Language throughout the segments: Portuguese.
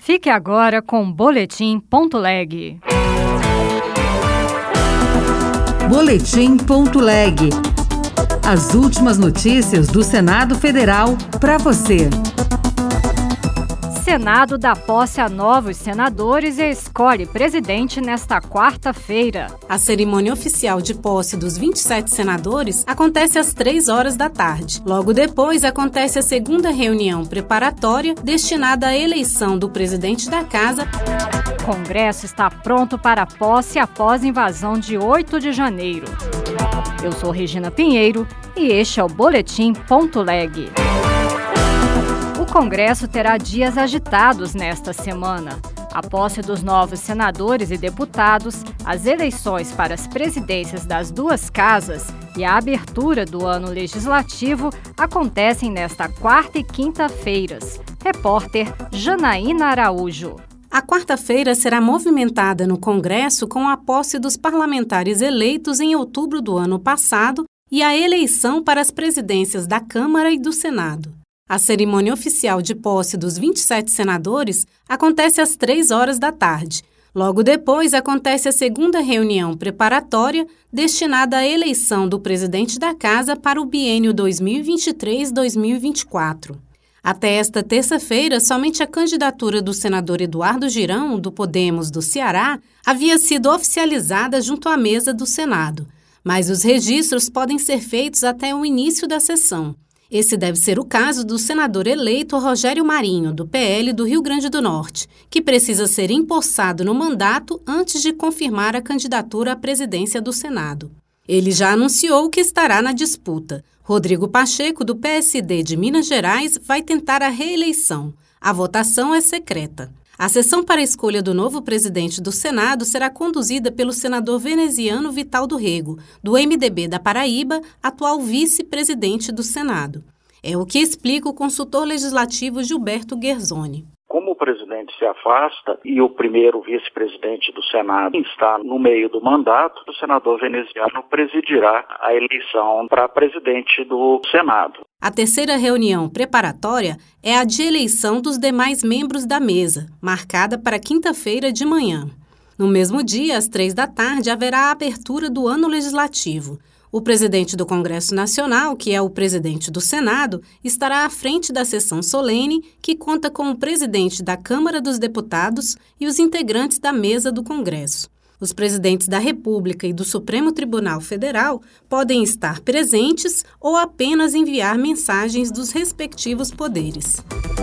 Fique agora com o Boletim.leg. Boletim.leg. As últimas notícias do Senado Federal para você. Senado dá posse a novos senadores e escolhe presidente nesta quarta-feira. A cerimônia oficial de posse dos 27 senadores acontece às 3 da tarde. Logo depois, acontece a segunda reunião preparatória destinada à eleição do presidente da Casa. O Congresso está pronto para a posse após a invasão de 8 de janeiro. Eu sou Regina Pinheiro e este é o Boletim.leg. O Congresso terá dias agitados nesta semana. A posse dos novos senadores e deputados, as eleições para as presidências das duas casas e a abertura do ano legislativo acontecem nesta quarta e quinta-feiras. Repórter Janaína Araújo. A quarta-feira será movimentada no Congresso com a posse dos parlamentares eleitos em outubro do ano passado e a eleição para as presidências da Câmara e do Senado. A cerimônia oficial de posse dos 27 senadores acontece às 3 da tarde. Logo depois, acontece a segunda reunião preparatória destinada à eleição do presidente da Casa para o biênio 2023-2024. Até esta terça-feira, somente a candidatura do senador Eduardo Girão, do Podemos do Ceará, havia sido oficializada junto à mesa do Senado. Mas os registros podem ser feitos até o início da sessão. Esse deve ser o caso do senador eleito Rogério Marinho, do PL do Rio Grande do Norte, que precisa ser empossado no mandato antes de confirmar a candidatura à presidência do Senado. Ele já anunciou que estará na disputa. Rodrigo Pacheco, do PSD de Minas Gerais, vai tentar a reeleição. A votação é secreta. A sessão para a escolha do novo presidente do Senado será conduzida pelo senador veneziano Vital do Rego, do MDB da Paraíba, atual vice-presidente do Senado. É o que explica o consultor legislativo Gilberto Guerzoni. Como o presidente se afasta e o primeiro vice-presidente do Senado está no meio do mandato, o senador veneziano presidirá a eleição para presidente do Senado. A terceira reunião preparatória é a de eleição dos demais membros da mesa, marcada para quinta-feira de manhã. No mesmo dia, às 3 da tarde, haverá a abertura do ano legislativo. O presidente do Congresso Nacional, que é o presidente do Senado, estará à frente da sessão solene, que conta com o presidente da Câmara dos Deputados e os integrantes da mesa do Congresso. Os presidentes da República e do Supremo Tribunal Federal podem estar presentes ou apenas enviar mensagens dos respectivos poderes.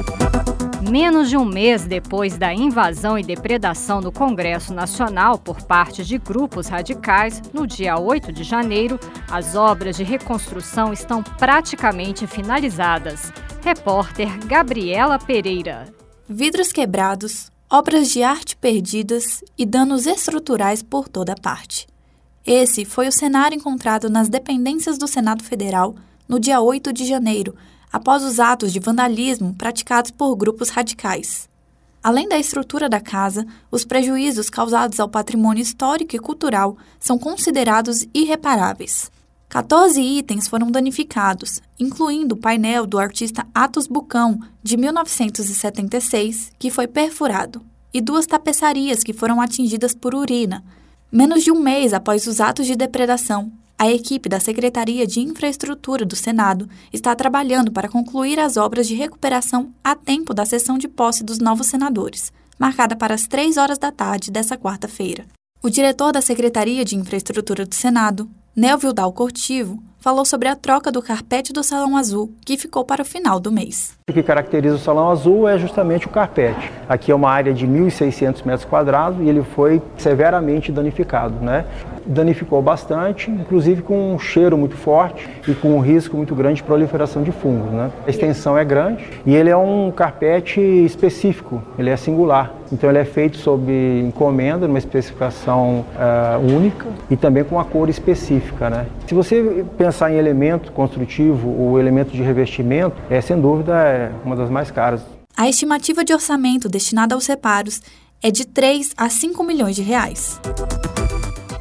Menos de um mês depois da invasão e depredação do Congresso Nacional por parte de grupos radicais, no dia 8 de janeiro, as obras de reconstrução estão praticamente finalizadas. Repórter Gabriela Pereira. Vidros quebrados, obras de arte perdidas e danos estruturais por toda parte. Esse foi o cenário encontrado nas dependências do Senado Federal no dia 8 de janeiro, após os atos de vandalismo praticados por grupos radicais. Além da estrutura da casa, os prejuízos causados ao patrimônio histórico e cultural são considerados irreparáveis. 14 itens foram danificados, incluindo o painel do artista Atos Bucão, de 1976, que foi perfurado, e 2 tapeçarias que foram atingidas por urina. Menos de um mês após os atos de depredação, a equipe da Secretaria de Infraestrutura do Senado está trabalhando para concluir as obras de recuperação a tempo da sessão de posse dos novos senadores, marcada para as 3 da tarde desta quarta-feira. O diretor da Secretaria de Infraestrutura do Senado, Nelvio Dal Cortivo, falou sobre a troca do carpete do Salão Azul, que ficou para o final do mês. O que caracteriza o Salão Azul é justamente o carpete. Aqui é uma área de 1.600 metros quadrados e ele foi severamente danificado, Danificou bastante, inclusive com um cheiro muito forte e com um risco muito grande de proliferação de fungos, A extensão é grande e ele é um carpete específico, ele é singular. Então ele é feito sob encomenda, numa especificação única e também com uma cor específica, Se você pensar em elemento construtivo ou elemento de revestimento, sem dúvida é uma das mais caras. A estimativa de orçamento destinada aos reparos é de 3 a 5 milhões de reais.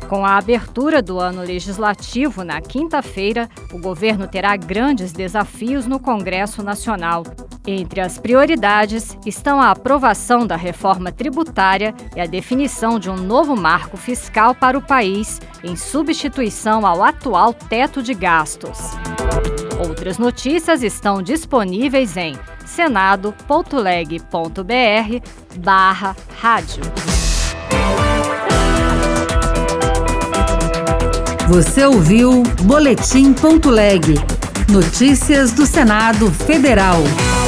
Com a abertura do ano legislativo na quinta-feira, o governo terá grandes desafios no Congresso Nacional. Entre as prioridades estão a aprovação da reforma tributária e a definição de um novo marco fiscal para o país, em substituição ao atual teto de gastos. Outras notícias estão disponíveis em senado.leg.br/rádio. Você ouviu Boletim.leg. Notícias do Senado Federal.